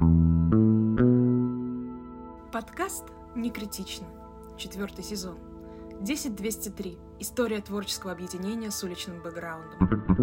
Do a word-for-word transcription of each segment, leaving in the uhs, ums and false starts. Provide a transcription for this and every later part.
Подкаст «Не критично». Четвертый сезон. десять двести три. История творческого объединения с уличным бэкграундом.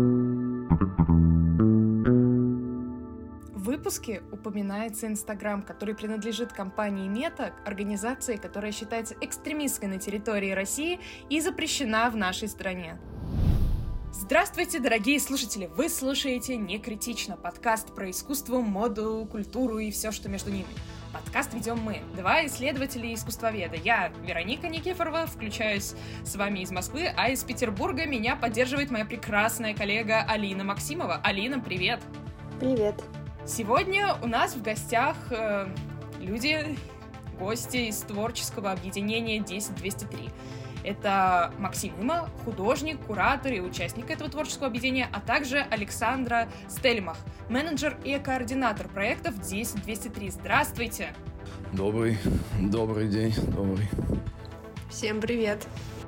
В выпуске упоминается Инстаграм, который принадлежит компании Мета, организации, которая считается экстремистской на территории России и запрещена в нашей стране. Здравствуйте, дорогие слушатели! Вы слушаете «Не критично» — подкаст про искусство, моду, культуру и все, что между ними. Подкаст ведем мы, два исследователя и искусствоведа. Я, Вероника Никифорова, включаюсь с вами из Москвы, а из Петербурга меня поддерживает моя прекрасная коллега Алина Максимова. Алина, привет! Привет! Сегодня у нас в гостях э, люди, гости из творческого объединения десять двести три. Это Максим Има, художник, куратор и участник этого творческого объединения, а также Александра Стельмах, менеджер и координатор проектов десять двести три. Здравствуйте! Добрый, добрый день, добрый. Всем привет!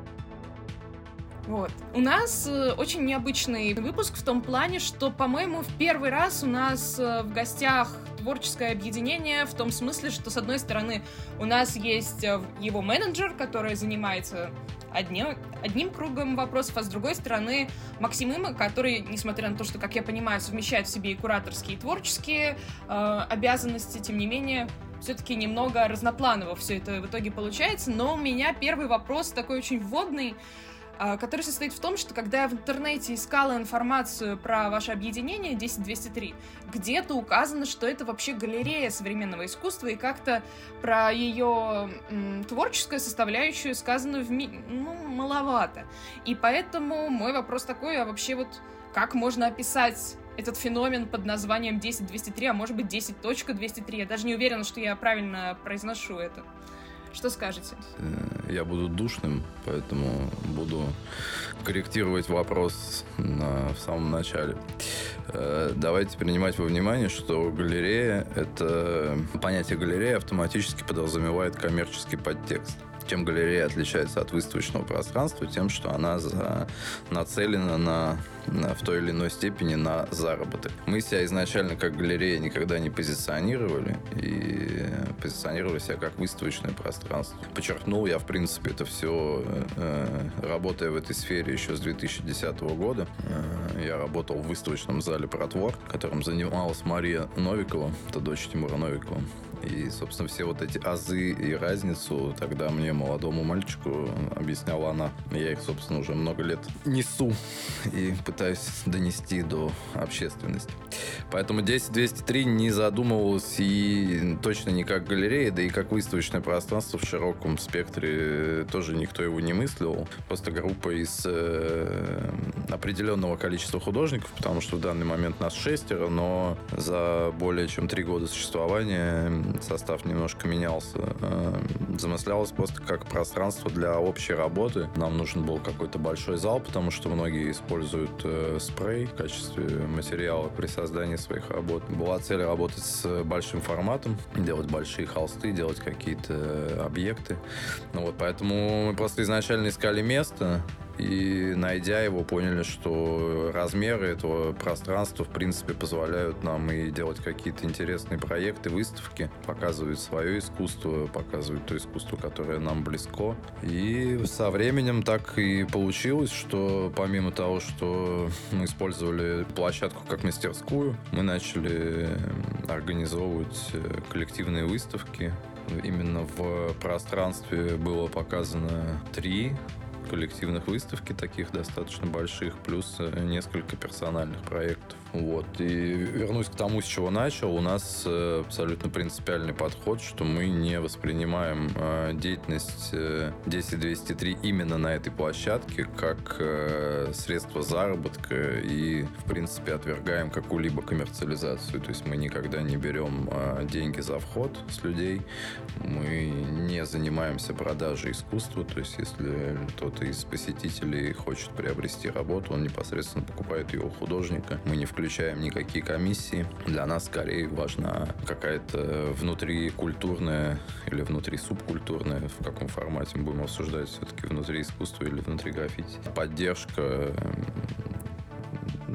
Вот. У нас э, очень необычный выпуск в том плане, что, по-моему, в первый раз у нас э, в гостях творческое объединение в том смысле, что, с одной стороны, у нас есть э, его менеджер, который занимается одним, одним кругом вопросов, а с другой стороны, Максим Има, который, несмотря на то, что, как я понимаю, совмещает в себе и кураторские, и творческие э, обязанности, тем не менее, все-таки немного разнопланово все это в итоге получается. Но у меня первый вопрос такой очень вводный, который состоит в том, что когда я в интернете искала информацию про ваше объединение десять двести три, где-то указано, что это вообще галерея современного искусства, и как-то про ее м, творческую составляющую сказано в ми... ну, маловато. И поэтому мой вопрос такой, а вообще вот как можно описать этот феномен под названием десять двести три, а может быть десять двести три? Я даже не уверена, что я правильно произношу это. Что скажете? Я буду душным, поэтому буду корректировать вопрос на, в самом начале. Давайте принимать во внимание, что галерея — это понятие галерея автоматически подразумевает коммерческий подтекст. Чем галерея отличается от выставочного пространства? Тем, что она за... нацелена на... на в той или иной степени на заработок. Мы себя изначально как галерея никогда не позиционировали и позиционировали себя как выставочное пространство. Подчеркнул я, в принципе, это все, э, работая в этой сфере еще с две тысячи десятого года. Э, я работал в выставочном зале «Протвор», которым занималась Мария Новикова, это дочь Тимура Новикова. И, собственно, все вот эти азы и разницу тогда мне, молодому мальчику, объясняла она. Я их, собственно, уже много лет несу и пытаюсь донести до общественности. Поэтому десять двести три не задумывалось и точно не как галерея, да и как выставочное пространство в широком спектре тоже никто его не мыслил. Просто группа из э, определенного количества художников, потому что в данный момент нас шестеро, но за более чем три года существования состав немножко менялся. Замыслялось просто как пространство для общей работы. Нам нужен был какой-то большой зал, потому что многие используют э, спрей в качестве материала при создании своих работ. Была цель работать с большим форматом, делать большие холсты, делать какие-то объекты. Ну вот, поэтому мы просто изначально искали место, и, найдя его, поняли, что размеры этого пространства, в принципе, позволяют нам и делать какие-то интересные проекты, выставки, показывать свое искусство, показывать то искусство, которое нам близко. И со временем так и получилось, что помимо того, что мы использовали площадку как мастерскую, мы начали организовывать коллективные выставки. Именно в пространстве было показано три коллективных выставки, таких достаточно больших, плюс несколько персональных проектов. Вот. И вернусь к тому, с чего начал. У нас абсолютно принципиальный подход, что мы не воспринимаем деятельность десять двести три именно на этой площадке как средство заработка и, в принципе, отвергаем какую-либо коммерциализацию. То есть мы никогда не берем деньги за вход с людей, мы не занимаемся продажей искусства. То есть если кто-то из посетителей хочет приобрести работу, он непосредственно покупает ее у художника. Мы не включаем включаем никакие комиссии. Для нас скорее важна какая-то внутрикультурная или внутрисубкультурная, в каком формате мы будем обсуждать, все-таки внутри искусства или внутри граффити, поддержка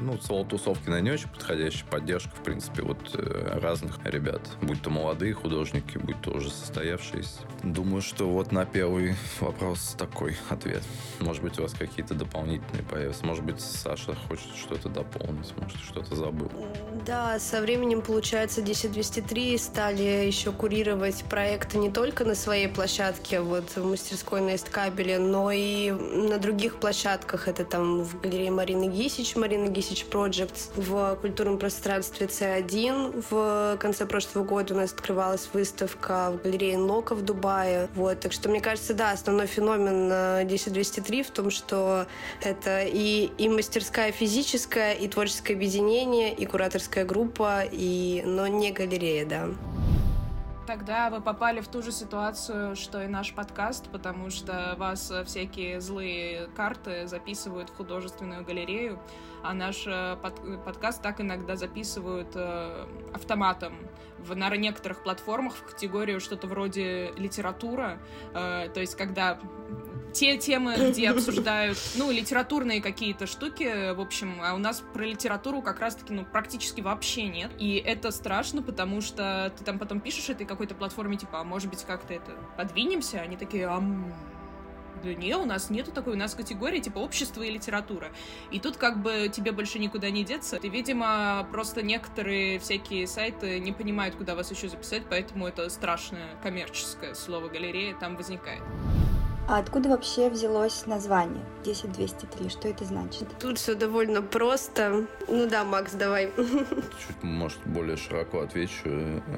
ну, соло-тусовки на не очень подходящая поддержка, в принципе, вот разных ребят. Будь то молодые художники, будь то уже состоявшиеся. Думаю, что вот на первый вопрос такой ответ. Может быть, у вас какие-то дополнительные появятся. Может быть, Саша хочет что-то дополнить, может, что-то забыл. Да, со временем, получается, десять двести три стали еще курировать проекты не только на своей площадке, вот в мастерской на Эсткабеле, но и на других площадках. Это там в галерее Марины Гисич, Марина Гисич Projects, в культурном пространстве С один. В конце прошлого года у нас открывалась выставка в галерее Нока в Дубае. Вот, так что, мне кажется, да, основной феномен десять двести три в том, что это и, и мастерская физическая, и творческое объединение, и кураторская группа, и... но не галерея, да. Тогда вы попали в ту же ситуацию, что и наш подкаст, потому что вас всякие злые карты записывают в художественную галерею, а наш под- подкаст так иногда записывают э, автоматом в, на некоторых платформах в категорию что-то вроде литература, э, то есть когда те темы, где обсуждают, ну, литературные какие-то штуки, в общем, а у нас про литературу как раз-таки, ну, практически вообще нет. И это страшно, потому что ты там потом пишешь этой какой-то платформе, типа, а может быть, как-то это подвинемся? Они такие, а... Да не, у нас нету такой, у нас категории типа общество и литература. И тут как бы тебе больше никуда не деться. И, видимо, просто некоторые всякие сайты не понимают, куда вас еще записать, поэтому это страшное коммерческое слово галерея там возникает. А откуда вообще взялось название десять двести три? Что это значит? Тут все довольно просто. Ну да, Макс, давай. Чуть, может, более широко отвечу.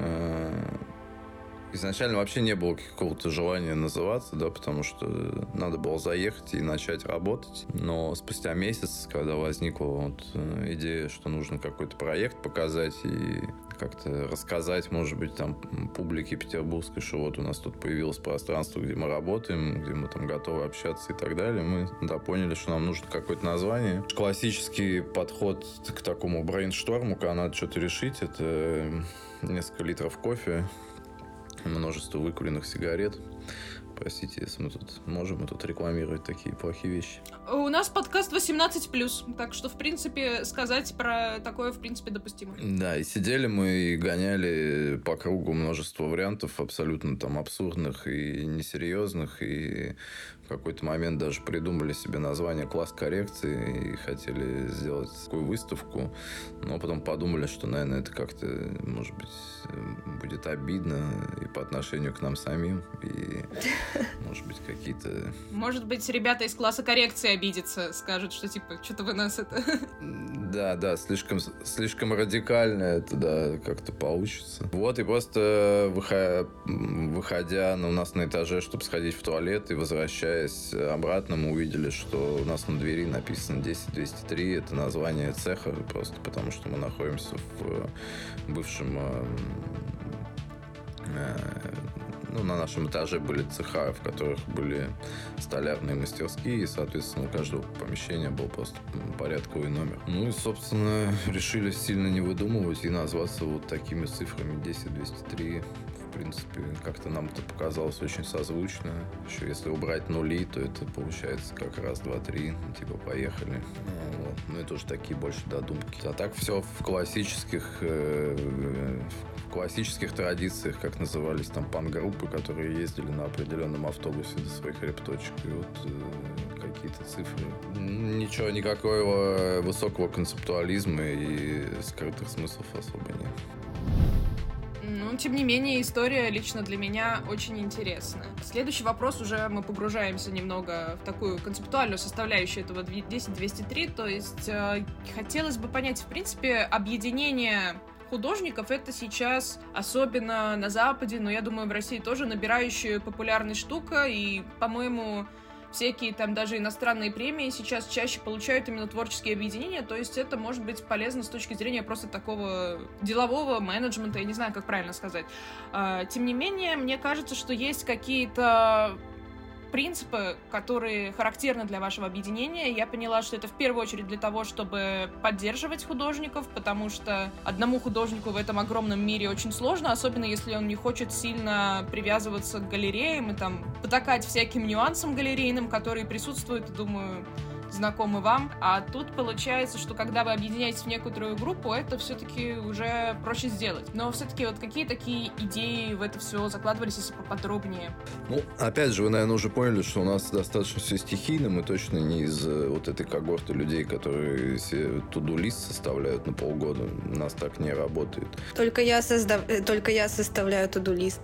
Изначально вообще не было какого-то желания называться, да, потому что надо было заехать и начать работать. Но спустя месяц, когда возникла вот идея, что нужно какой-то проект показать и как-то рассказать, может быть, там публике петербургской, что вот у нас тут появилось пространство, где мы работаем, где мы там готовы общаться и так далее, мы, да, поняли, что нам нужно какое-то название. Классический подход к такому брейншторму, когда надо что-то решить, это несколько литров кофе, множество выкуренных сигарет. Простите, если мы тут можем мы тут рекламировать такие плохие вещи. У нас подкаст восемнадцать плюс, так что, в принципе, сказать про такое, в принципе, допустимо. Да, и сидели мы и гоняли по кругу множество вариантов абсолютно там абсурдных и несерьезных, и в какой-то момент даже придумали себе название «Класс коррекции» и хотели сделать такую выставку, но потом подумали, что, наверное, это как-то, может быть, будет обидно и по отношению к нам самим, и, может быть, какие-то... Может быть, ребята из класса коррекции обидятся, скажут, что, типа, что-то вы нас это... Да, да, слишком, слишком радикально это, да, как-то получится. Вот, и просто выходя, выходя ну, у нас на этаже, чтобы сходить в туалет, и возвращаясь обратно, мы увидели, что у нас на двери написано десять двести три, это название цеха, просто потому что мы находимся в бывшем... Ну, на нашем этаже были цеха, в которых были столярные мастерские, и, соответственно, у каждого помещения был просто порядковый номер. Ну и, собственно, решили сильно не выдумывать и назваться вот такими цифрами десять двести три. В принципе, как-то нам это показалось очень созвучно. Еще если убрать нули, то это получается как раз, два, три, типа поехали. Вот. Ну, это уже такие больше додумки. А так все в классических... Э- В классических традициях, как назывались там панк-группы, которые ездили на определенном автобусе до своих репточек. И вот э, какие-то цифры. Ничего, никакого высокого концептуализма и скрытых смыслов особо нет. Ну, тем не менее, история лично для меня очень интересная. Следующий вопрос, уже мы погружаемся немного в такую концептуальную составляющую этого десять двести три, то есть э, хотелось бы понять, в принципе, объединение художников — это сейчас, особенно на Западе, но я думаю, в России тоже набирающая популярность штука, и, по-моему, всякие там даже иностранные премии сейчас чаще получают именно творческие объединения, то есть это может быть полезно с точки зрения просто такого делового менеджмента, я не знаю, как правильно сказать. Тем не менее, мне кажется, что есть какие-то принципы, которые характерны для вашего объединения. Я поняла, что это в первую очередь для того, чтобы поддерживать художников, потому что одному художнику в этом огромном мире очень сложно, особенно если он не хочет сильно привязываться к галереям и там потакать всяким нюансам галерейным, которые присутствуют. Думаю, знакомы вам, а тут получается, что когда вы объединяетесь в некоторую группу, это все-таки уже проще сделать. Но все-таки вот какие такие идеи в это все закладывались, если поподробнее? Ну, опять же, вы, наверное, уже поняли, что у нас достаточно все стихийно, мы точно не из вот этой когорты людей, которые себе туду-лист составляют на полгода. У нас так не работает. Только я, создав... Только я составляю туду-лист.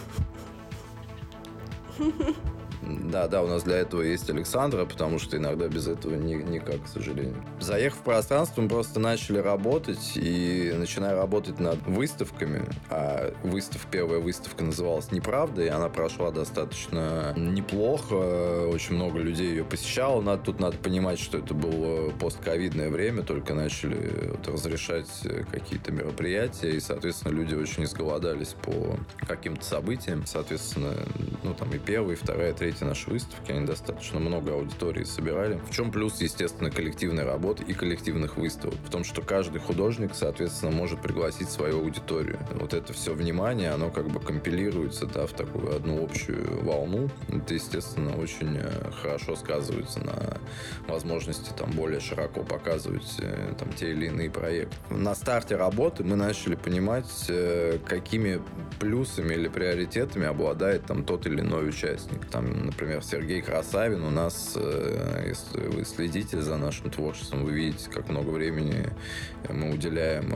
Да, да, у нас для этого есть Александра, потому что иногда без этого ни, никак, к сожалению. Заехав в пространство, мы просто начали работать, и начиная работать над выставками, а выстав, первая выставка называлась «Неправда», и она прошла достаточно неплохо, очень много людей ее посещало. Надо, тут надо понимать, что это было постковидное время, только начали вот, разрешать какие-то мероприятия, и, соответственно, люди очень изголодались по каким-то событиям. Соответственно, ну, там и первая, и вторая, третья наши выставки, они достаточно много аудитории собирали. В чем плюс, естественно, коллективной работы и коллективных выставок? В том, что каждый художник, соответственно, может пригласить свою аудиторию. Вот это все внимание, оно как бы компилируется, да, в такую одну общую волну. Это, естественно, очень хорошо сказывается на возможности там более широко показывать там те или иные проекты. На старте работы мы начали понимать, какими плюсами или приоритетами обладает там тот или иной участник. Там, например, Сергей Красавин у нас, если вы следите за нашим творчеством, вы видите, как много времени мы уделяем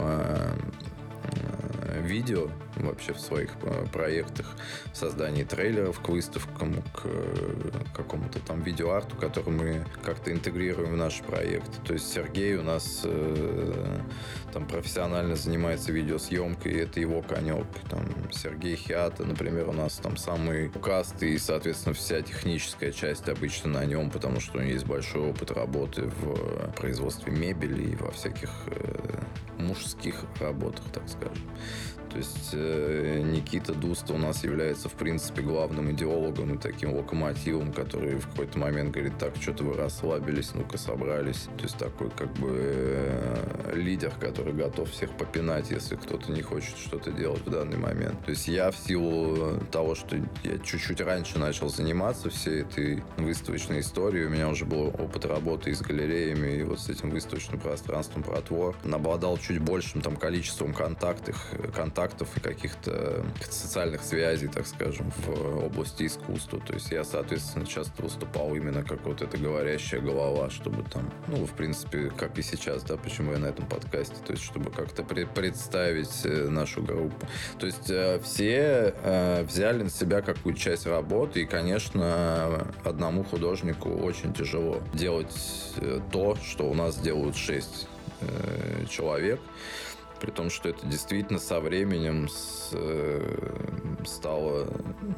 видео вообще в своих проектах, в создании трейлеров к выставкам, к какому-то там видеоарту, который мы как-то интегрируем в наш проект. То есть Сергей у нас э, там профессионально занимается видеосъемкой, и это его конек. Там Сергей Хиата, например, у нас там самый каст, и, соответственно, вся техническая часть обычно на нем, потому что у него есть большой опыт работы в производстве мебели и во всяких э, мужских работах, так скажем. То есть э, Никита Дуста у нас является, в принципе, главным идеологом и таким локомотивом, который в какой-то момент говорит: так, что-то вы расслабились, ну-ка собрались. То есть такой как бы э, лидер, который готов всех попинать, если кто-то не хочет что-то делать в данный момент. То есть я в силу того, что я чуть-чуть раньше начал заниматься всей этой выставочной историей, у меня уже был опыт работы и с галереями, и вот с этим выставочным пространством «Протвор», обладал чуть большим там количеством контактов, контактов и каких-то социальных связей, так скажем, в области искусства. То есть я, соответственно, часто выступал именно как вот эта говорящая голова, чтобы там, ну, в принципе, как и сейчас, да, почему я на этом подкасте, то есть чтобы как-то представить нашу группу. То есть все взяли на себя какую-то часть работы, и, конечно, одному художнику очень тяжело делать то, что у нас делают шесть человек. При том, что это действительно со временем с, э, стало...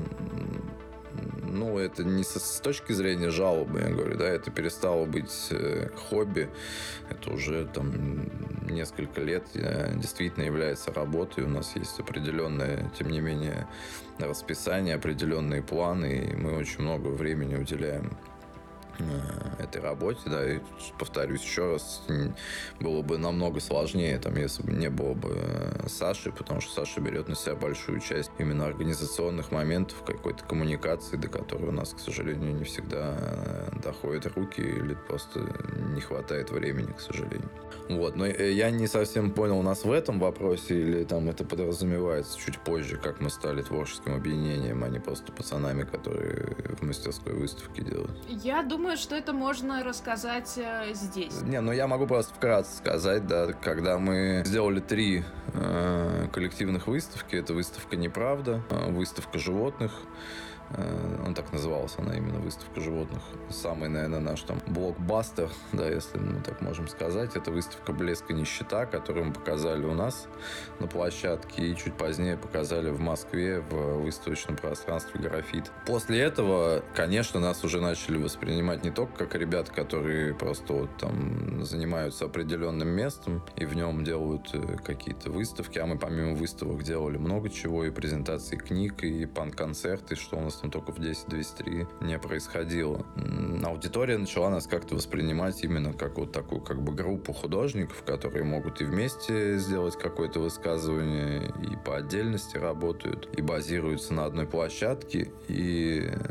Ну, это не со, с точки зрения жалобы, я говорю, да, это перестало быть э, хобби. Это уже там несколько лет э, действительно является работой. У нас есть определенное, тем не менее, расписание, определенные планы, и мы очень много времени уделяем этой работе, да, и повторюсь еще раз, было бы намного сложнее, там, если бы не было бы Саши, потому что Саша берет на себя большую часть именно организационных моментов, какой-то коммуникации, до которой у нас, к сожалению, не всегда доходят руки или просто не хватает времени, к сожалению. Вот, но я не совсем понял, у нас в этом вопросе или там это подразумевается чуть позже, как мы стали творческим объединением, а не просто пацанами, которые в мастерской выставке делают. Я думаю, что это можно рассказать э, здесь. Не, ну я могу просто вкратце сказать, да, когда мы сделали три э, коллективных выставки, это выставка «Неправда», э, выставка животных, э, он так назывался, она именно выставка животных, самый, наверное, наш там блокбастер, да, если мы так можем сказать, это выставка «Блеск и нищета», которую мы показали у нас на площадке и чуть позднее показали в Москве в выставочном пространстве «Графит». После этого, конечно, нас уже начали воспринимать не только как ребят, которые просто вот там занимаются определенным местом и в нем делают какие-то выставки, а мы помимо выставок делали много чего, и презентации книг, и панк-концерты, что у нас там только в десять двести три не происходило. Аудитория начала нас как-то воспринимать именно как вот такую как бы группу художников, которые могут и вместе сделать какое-то высказывание, и по отдельности работают, и базируются на одной площадке, и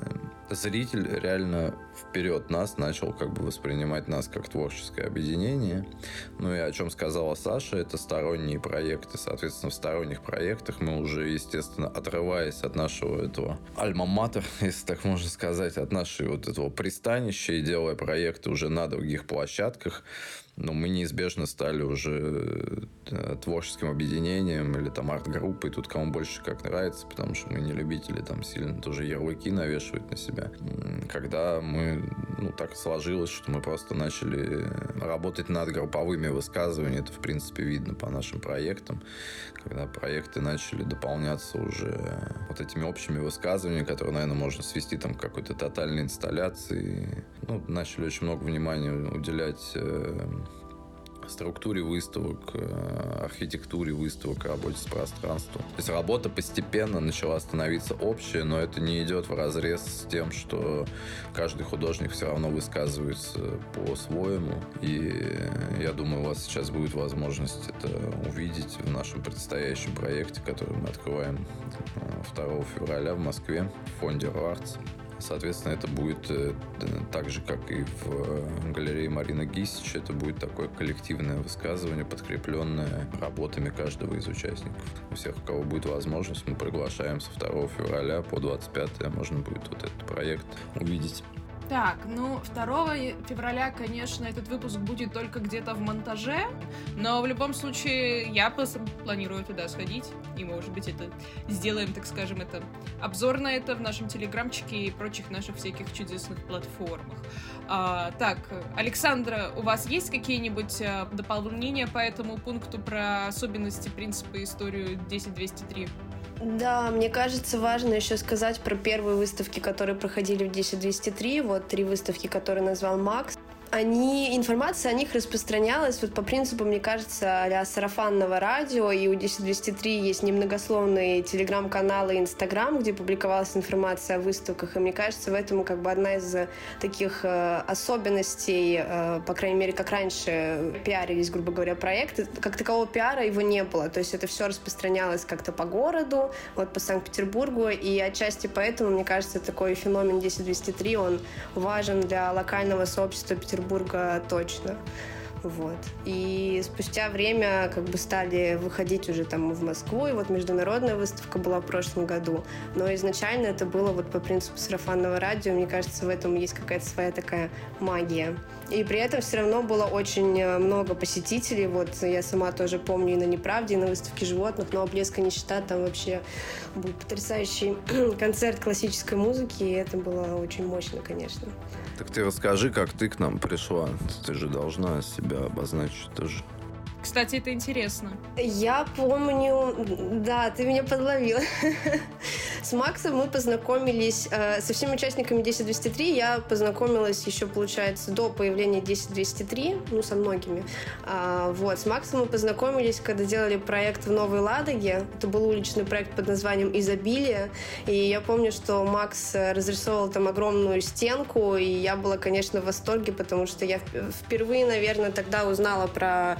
зритель реально вперед нас начал как бы воспринимать нас как творческое объединение. Ну и о чем сказала Саша, это сторонние проекты. Соответственно, в сторонних проектах мы уже, естественно, отрываясь от нашего этого альма-матер, если так можно сказать, от нашего вот этого пристанища и делая проекты уже на других площадках, но мы неизбежно стали уже творческим объединением или там арт-группой, тут кому больше как нравится, потому что мы не любители там сильно тоже ярлыки навешивать на себя. Когда мы, ну, так сложилось, что мы просто начали работать над групповыми высказываниями, это, в принципе, видно по нашим проектам, когда проекты начали дополняться уже вот этими общими высказываниями, которые, наверное, можно свести там к какой-то тотальной инсталляции. Ну, начали очень много внимания уделять структуре выставок, архитектуре выставок, работе с пространством. То есть работа постепенно начала становиться общей, но это не идет вразрез с тем, что каждый художник все равно высказывается по-своему. И я думаю, у вас сейчас будет возможность это увидеть в нашем предстоящем проекте, который мы открываем второго февраля в Москве в фонде «Артс». Соответственно, это будет э, так же, как и в галерее Марины Гисич. Это будет такое коллективное высказывание, подкрепленное работами каждого из участников. У всех, у кого будет возможность, мы приглашаем со второго февраля по двадцать пятое. Можно будет вот этот проект увидеть. Так, ну, второго февраля, конечно, этот выпуск будет только где-то в монтаже, но в любом случае я планирую туда сходить, и, может быть, это сделаем, так скажем, это обзор на это в нашем телеграмчике и прочих наших всяких чудесных платформах. А, так, Александра, у вас есть какие-нибудь дополнения по этому пункту про особенности, принципы, историю десять двести три? Да, мне кажется, важно еще сказать про первые выставки, которые проходили в десять двести три. Вот три выставки, которые назвал Макс. Они, информация о них распространялась вот по принципу, мне кажется, а-ля сарафанного радио, и у десять двести три есть немногословные телеграм-каналы и инстаграм, где публиковалась информация о выставках, и мне кажется, в этом как бы одна из таких э, особенностей, э, по крайней мере, как раньше пиарились, грубо говоря, проекты, как такового пиара его не было, то есть это все распространялось как-то по городу, вот по Санкт-Петербургу, и отчасти поэтому, мне кажется, такой феномен десять двести три, он важен для локального сообщества Петербурга, Петербурга точно. Вот. И спустя время как бы стали выходить уже там в Москву, и вот международная выставка была в прошлом году. Но изначально это было вот по принципу сарафанного радио. Мне кажется, в этом есть какая-то своя такая магия. И при этом все равно было очень много посетителей. Вот я сама тоже помню и на «Неправде», и на выставке животных, но «Блеска нищета» там вообще был потрясающий концерт классической музыки, и это было очень мощно, конечно. Так ты расскажи, как ты к нам пришла. Ты же должна себя обозначить тоже. Кстати, это интересно. Я помню... Да, ты меня подловила. С Максом мы познакомились... Э, со всеми участниками десять двести три я познакомилась еще, получается, до появления десять двести три. Ну, со многими. А, вот. С Максом мы познакомились, когда делали проект в Новой Ладоге. Это был уличный проект под названием «Изобилие». И я помню, что Макс разрисовал там огромную стенку, и я была, конечно, в восторге, потому что я впервые, наверное, тогда узнала про...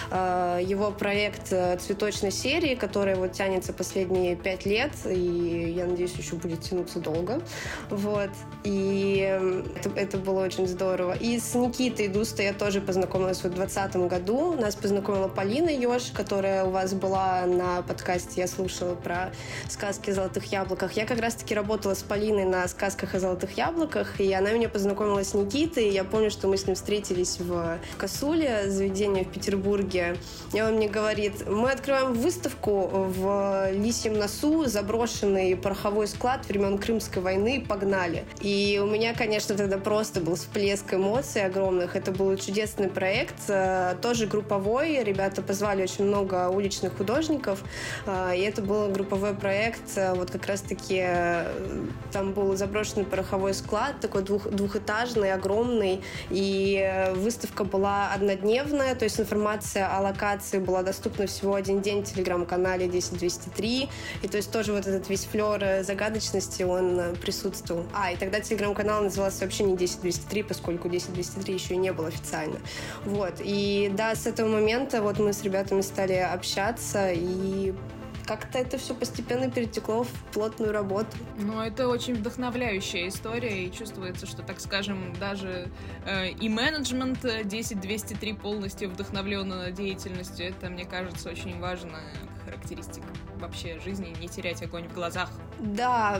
его проект цветочной серии, которая вот тянется последние пять лет, и я надеюсь, еще будет тянуться долго. Вот. И это, это было очень здорово. И с Никитой Дуста я тоже познакомилась в двадцатом году. Нас познакомила Полина Ёж, которая у вас была на подкасте. Я слушала про сказки о золотых яблоках. Я как раз-таки работала с Полиной на сказках о золотых яблоках, и она меня познакомила с Никитой. Я помню, что мы с ним встретились в Косуле, заведение в Петербурге. И он мне говорит: мы открываем выставку в Лисьем носу, заброшенный пороховой склад времен Крымской войны, погнали. И у меня, конечно, тогда просто был всплеск эмоций огромных. Это был чудесный проект, тоже групповой. Ребята позвали очень много уличных художников, и это был групповой проект. Вот как раз-таки там был заброшенный пороховой склад, такой двух, двухэтажный, огромный, и выставка была однодневная, то есть информация о локации была доступна всего один день в телеграм-канале десять двести три, и то есть тоже вот этот весь флёр загадочности, он присутствовал. А, и тогда телеграм-канал назывался вообще не десять двести три, поскольку десять двести три еще и не было официально. Вот, и да, с этого момента вот мы с ребятами стали общаться, и как-то это все постепенно перетекло в плотную работу. Ну, это очень вдохновляющая история, и чувствуется, что, так скажем, даже э, и менеджмент десять двести три полностью вдохновлен деятельностью. Это, мне кажется, очень важная характеристика вообще жизни, не терять огонь в глазах. Да,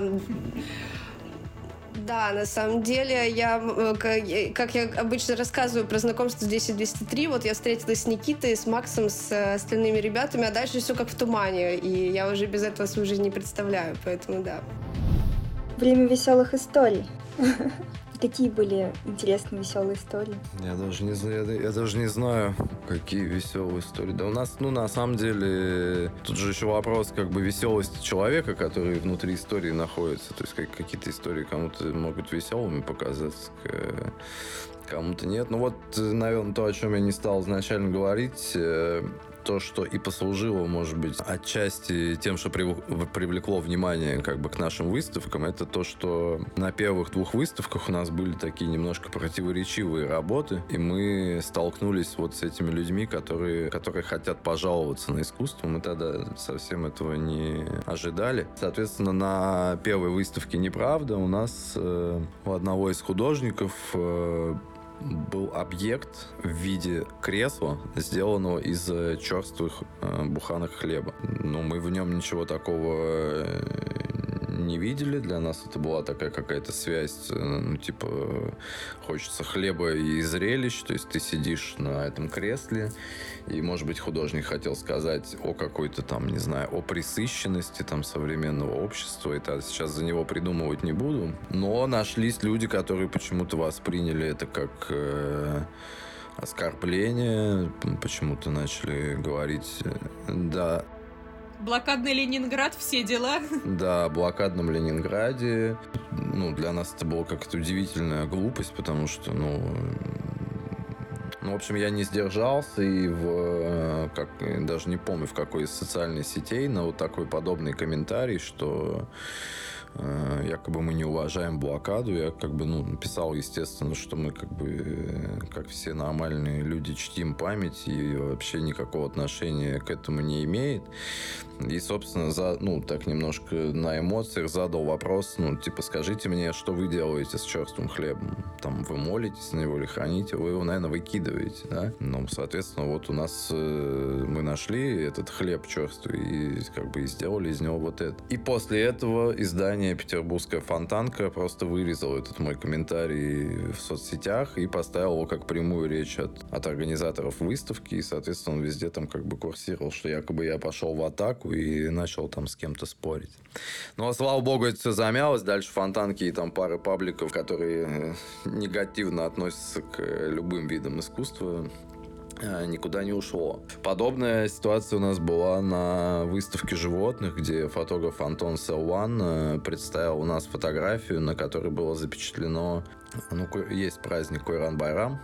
да, на самом деле, я, как я обычно рассказываю про знакомство с десять двести три, вот я встретилась с Никитой, с Максом, с остальными ребятами, а дальше все как в тумане, и я уже без этого свою жизнь не представляю, поэтому да. Время веселых историй. Какие были интересные веселые истории? Я даже не знаю, я, я даже не знаю, какие веселые истории. Да у нас, ну, на самом деле, тут же еще вопрос, как бы, веселости человека, который внутри истории находится. То есть как, какие-то истории кому-то могут веселыми показаться, кому-то нет. Ну вот, наверное, то, о чем я не стал изначально говорить, то, что и послужило, может быть, отчасти тем, что привлекло внимание как бы к нашим выставкам, это то, что на первых двух выставках у нас были такие немножко противоречивые работы, и мы столкнулись вот с этими людьми, которые, которые хотят пожаловаться на искусство. Мы тогда совсем этого не ожидали. Соответственно, на первой выставке «Неправда» у нас э, у одного из художников э, был объект в виде кресла, сделанного из черствых э, буханок хлеба. Но мы в нем ничего такого не видели. Для нас это была такая какая-то связь, ну, типа, хочется хлеба и зрелищ. То есть ты сидишь на этом кресле, и, может быть, художник хотел сказать о какой-то там, не знаю, о пресыщенности там современного общества. Это сейчас за него придумывать не буду. Но нашлись люди, которые почему-то восприняли это как э, оскорбление, почему-то начали говорить, да. Блокадный Ленинград, все дела. Да, о блокадном Ленинграде. Ну, для нас это была как-то удивительная глупость, потому что, ну... Ну, в общем, я не сдержался и в... Как, даже не помню, в какой из социальных сетей, на вот такой подобный комментарий, что... якобы мы не уважаем блокаду. Я как бы, ну, написал, естественно, что мы как бы, как все нормальные люди, чтим память и вообще никакого отношения к этому не имеет. И, собственно, за, ну, так немножко на эмоциях задал вопрос, ну, типа, скажите мне, что вы делаете с черствым хлебом? Там, вы молитесь на него или храните? Вы его, наверное, выкидываете, да? Ну, соответственно, вот у нас э, мы нашли этот хлеб черствый и как бы и сделали из него вот это. И после этого издание «Петербургская фонтанка» просто вырезал этот мой комментарий в соцсетях и поставил его как прямую речь от, от организаторов выставки. И, соответственно, он везде там как бы курсировал, что якобы я пошел в атаку и начал там с кем-то спорить. Но, слава богу, это все замялось. Дальше фонтанки и там пары пабликов, которые негативно относятся к любым видам искусства, никуда не ушло. Подобная ситуация у нас была на выставке животных, где фотограф Антон Селван представил у нас фотографию, на которой было запечатлено, ну, есть праздник Койран-Байрам.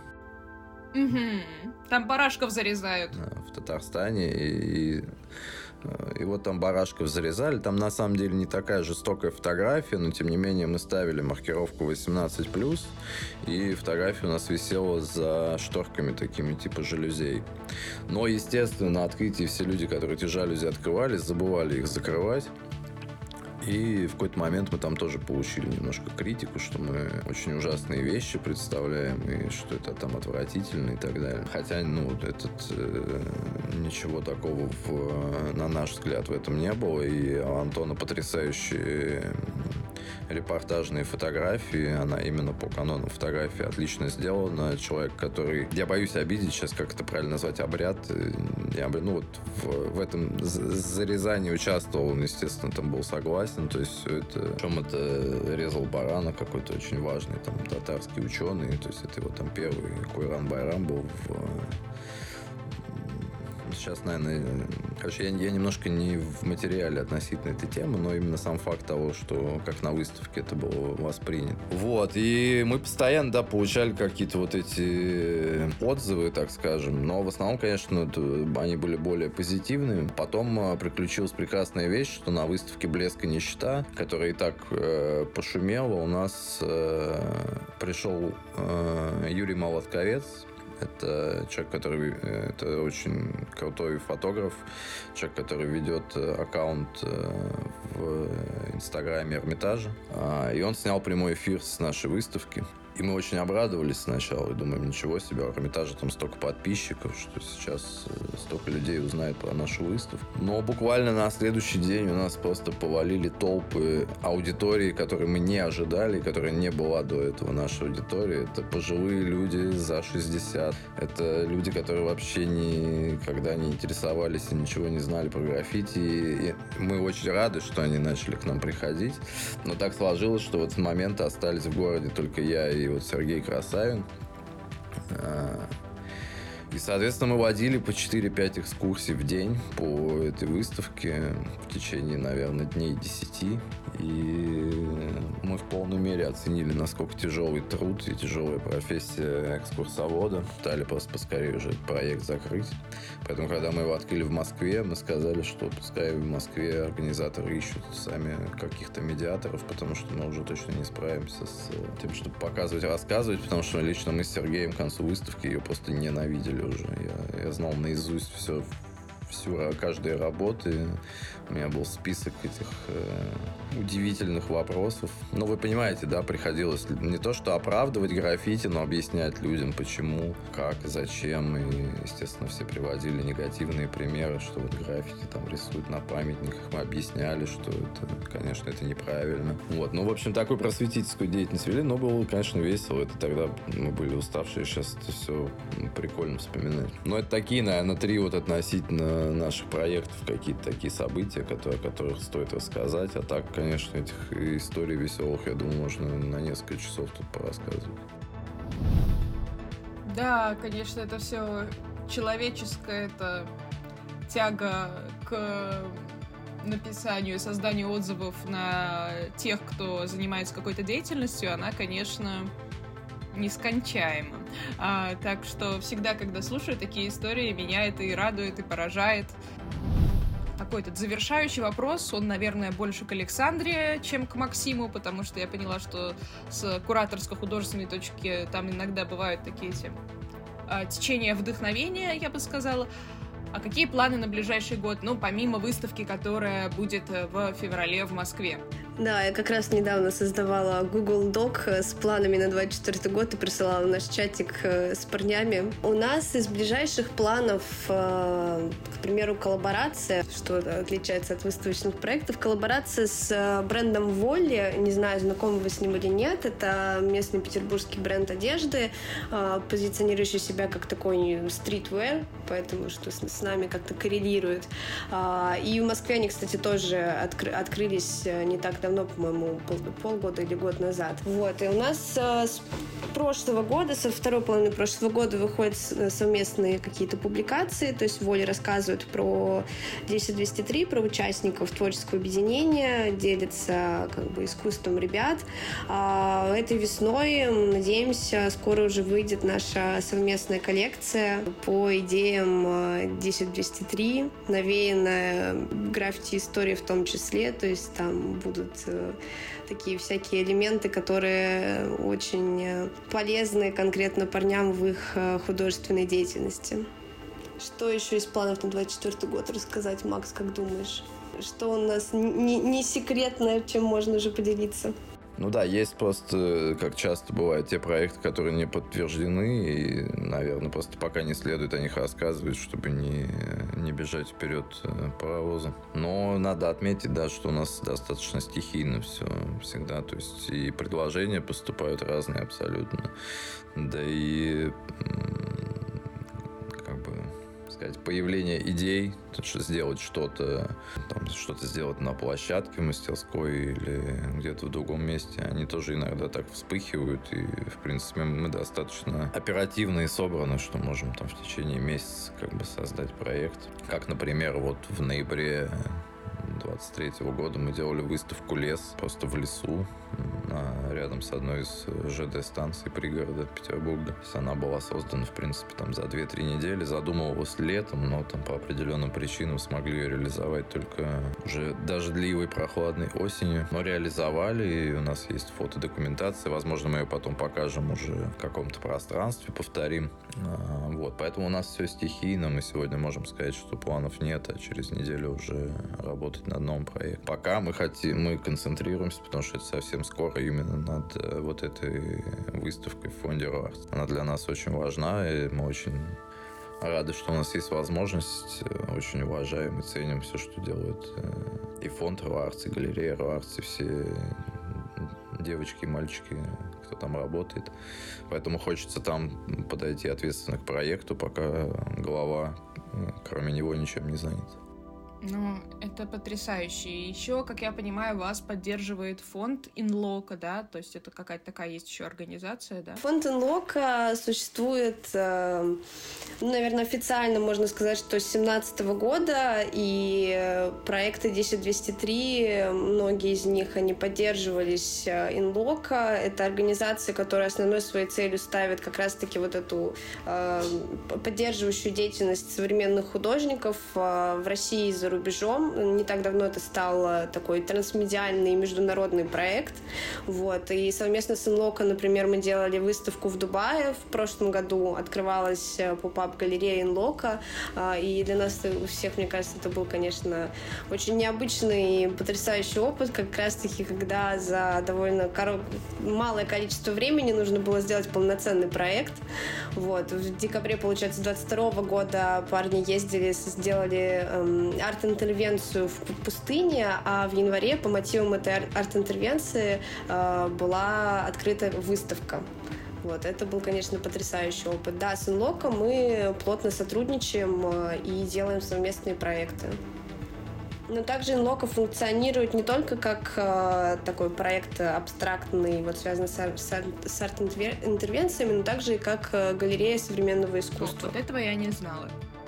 Угу. Там барашков зарезают. В Татарстане. И, и вот там барашков зарезали. Там на самом деле не такая жестокая фотография, но тем не менее мы ставили маркировку восемнадцать плюс, и фотография у нас висела за шторками такими типа жалюзей. Но, естественно, на открытии все люди, которые эти жалюзи открывали, забывали их закрывать. И в какой-то момент мы там тоже получили немножко критику, что мы очень ужасные вещи представляем, и что это там отвратительно и так далее. Хотя, ну, этот, э, ничего такого, в, на наш взгляд, в этом не было. И у Антона потрясающие репортажные фотографии. Она именно по канону фотографии отлично сделана. Человек, который... Я боюсь обидеть сейчас, как это правильно назвать, обряд. Я, ну, вот в, в этом зарезании участвовал, он, естественно, там был согласен. То есть все это... Причем это резал барана какой-то очень важный, там, татарский ученый. То есть это его там первый Койран-Байрам был в... Сейчас, наверное... Короче, я, я немножко не в материале относительно этой темы, но именно сам факт того, что как на выставке это было воспринято. Вот, и мы постоянно, да, получали какие-то вот эти отзывы, так скажем, но в основном, конечно, это, они были более позитивными. Потом приключилась прекрасная вещь, что на выставке «Блеск и нищета», которая и так э, пошумела, у нас э, пришел э, Юрий Молотковец, Это человек, который... Это очень крутой фотограф. Человек, который ведет аккаунт в Инстаграме Эрмитажа. И он снял прямой эфир с нашей выставки. И мы очень обрадовались сначала и думаем, ничего себе, у Эрмитажа там столько подписчиков, что сейчас столько людей узнает про нашу выставку. Но буквально на следующий день у нас просто повалили толпы аудитории, которые мы не ожидали, которая не была до этого нашей аудитории. Это пожилые люди за шестьдесят. Это люди, которые вообще никогда не интересовались и ничего не знали про граффити. И мы очень рады, что они начали к нам приходить. Но так сложилось, что в этот момент остались в городе только я и И вот Сергей Красавин. И, соответственно, мы водили по четыре-пять экскурсий в день по этой выставке в течение, наверное, дней десяти. И мы в полной мере оценили, насколько тяжелый труд и тяжелая профессия экскурсовода. Стали просто поскорее уже этот проект закрыть. Поэтому, когда мы его открыли в Москве, мы сказали, что пускай в Москве организаторы ищут сами каких-то медиаторов, потому что мы уже точно не справимся с тем, чтобы показывать, рассказывать, потому что лично мы с Сергеем к концу выставки ее просто ненавидели уже. Я, я знал наизусть все, всю, каждой работы. У меня был список этих э, удивительных вопросов. Но вы понимаете, да, приходилось не то что оправдывать граффити, но объяснять людям, почему, как, зачем. И, естественно, все приводили негативные примеры, что вот граффити там рисуют на памятниках. Мы объясняли, что это, конечно, это неправильно. Вот. Ну, в общем, такую просветительскую деятельность вели, но было, конечно, весело. Это тогда мы были уставшие, сейчас это все прикольно вспоминать. Но это такие, наверное, три вот относительно наших проектов, какие-то такие события, которые, о которых стоит рассказать. А так, конечно, этих историй веселых, я думаю, можно на несколько часов тут порассказывать. Да, конечно, это все человеческое, это тяга к написанию и созданию отзывов на тех, кто занимается какой-то деятельностью, она, конечно, нескончаема. А, так что всегда, когда слушаю такие истории, меня это и радует, и поражает. Такой этот завершающий вопрос, он, наверное, больше к Александре, чем к Максиму, потому что я поняла, что с кураторско-художественной точки там иногда бывают такие эти а, течения вдохновения, я бы сказала. А какие планы на ближайший год? Ну, помимо выставки, которая будет в феврале в Москве. Да, я как раз недавно создавала Google Doc с планами на двадцать четвёртый год и присылала в наш чатик с парнями. У нас из ближайших планов, к примеру, коллаборация, что отличается от выставочных проектов, коллаборация с брендом Волли. Не знаю, знакомы вы с ним или нет. Это местный петербургский бренд одежды, позиционирующий себя как такой стритвер, поэтому что с нами как-то коррелирует. И в Москве они, кстати, тоже откры- открылись не так давно, по-моему, пол- полгода или год назад. Вот. И у нас а, с прошлого года, со второй половины прошлого года выходят совместные какие-то публикации, то есть Воля рассказывают про десять двести три, про участников творческого объединения, делятся как бы искусством ребят. А этой весной, надеемся, скоро уже выйдет наша совместная коллекция по идеям десять двести три, навеянная граффити-историей в том числе, то есть там будут такие всякие элементы, которые очень полезны конкретно парням в их художественной деятельности. Что еще из планов на двадцать четвёртый год рассказать, Макс, как думаешь? Что у нас не, не секретное, чем можно уже поделиться? Ну да, есть просто, как часто бывает, те проекты, которые не подтверждены, и, наверное, просто пока не следует о них рассказывать, чтобы не, не бежать вперед паровоза. Но надо отметить, да, что у нас достаточно стихийно все всегда, то есть и предложения поступают разные абсолютно, да и как бы сказать, появление идей, то, что сделать что-то, там, что-то сделать на площадке в мастерской или где-то в другом месте, они тоже иногда так вспыхивают, и, в принципе, мы достаточно оперативно и собраны, что можем там в течение месяца как бы создать проект. Как, например, вот в ноябре двадцать третьего года мы делали выставку «Лес» просто в лесу на, рядом с одной из ЖД-станций пригорода Петербурга. То есть она была создана, в принципе, там за две-три недели. Задумывалась летом, но там по определенным причинам смогли ее реализовать только уже дождливой, прохладной осенью. Но реализовали, и у нас есть фотодокументация. Возможно, мы ее потом покажем уже в каком-то пространстве, повторим. Вот, поэтому у нас все стихийно. Мы сегодня можем сказать, что планов нет, а через неделю уже работать над новым проектом. Пока мы хотим, мы концентрируемся, потому что это совсем скоро, именно над вот этой выставкой в фонде РОАРТ. Она для нас очень важна, и мы очень рады, что у нас есть возможность. Очень уважаем и ценим все, что делают и фонд РОАРТ, и галерея РОАРТ, и все девочки и мальчики, кто там работает. Поэтому хочется там подойти ответственно к проекту, пока глава, кроме него, ничем не занят. Ну, это потрясающе. И еще, как я понимаю, вас поддерживает фонд Инлока, да? То есть это какая-то такая есть еще организация, да? Фонд Инлока существует, ну, наверное, официально можно сказать, что с две тысячи семнадцатого года, и проекты десять двести три, многие из них, они поддерживались Инлока. Это организация, которая основной своей целью ставит как раз-таки вот эту поддерживающую деятельность современных художников в России и за рубежом. Не так давно это стал такой трансмедиальный международный проект. Вот. И совместно с Инлока, например, мы делали выставку в Дубае. В прошлом году открывалась поп-ап-галерея Инлока. И для нас у всех, мне кажется, это был, конечно, очень необычный и потрясающий опыт, как раз-таки, когда за довольно корот... малое количество времени нужно было сделать полноценный проект. Вот. В декабре, получается, двадцать второго года парни ездили, сделали эм, арт-интервенцию в пустыне, а в январе по мотивам этой арт-интервенции э, была открыта выставка. Вот, это был, конечно, потрясающий опыт. Да, с Инлоком мы плотно сотрудничаем э, и делаем совместные проекты. Но также Инлока функционирует не только как э, такой проект абстрактный, вот связанный с, ар- с арт-интервенциями, но также и как э, галерея современного искусства. Вот этого я не знала.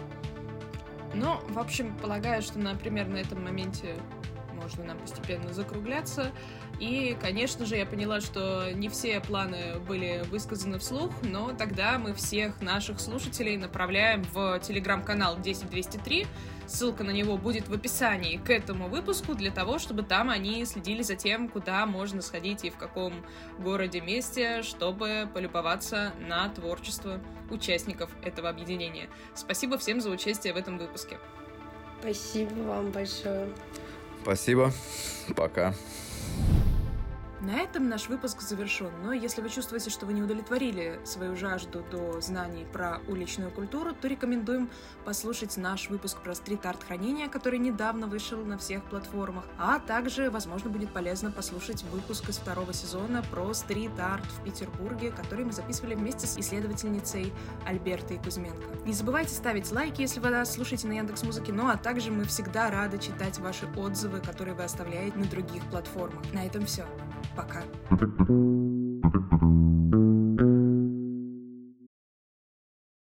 Ну, в общем, полагаю, что, например, на этом моменте можно нам постепенно закругляться. И, конечно же, я поняла, что не все планы были высказаны вслух, но тогда мы всех наших слушателей направляем в телеграм-канал десять двести три. Ссылка на него будет в описании к этому выпуску, для того, чтобы там они следили за тем, куда можно сходить и в каком городе, месте, чтобы полюбоваться на творчество участников этого объединения. Спасибо всем за участие в этом выпуске. Спасибо вам большое. Спасибо. Пока. На этом наш выпуск завершен, но если вы чувствуете, что вы не удовлетворили свою жажду до знаний про уличную культуру, то рекомендуем послушать наш выпуск про стрит-арт-хранение, который недавно вышел на всех платформах, а также, возможно, будет полезно послушать выпуск из второго сезона про стрит-арт в Петербурге, который мы записывали вместе с исследовательницей Альбертой Кузьменко. Не забывайте ставить лайки, если вы нас слушаете на Яндекс.Музыке, ну а также мы всегда рады читать ваши отзывы, которые вы оставляете на других платформах. На этом все. Пока.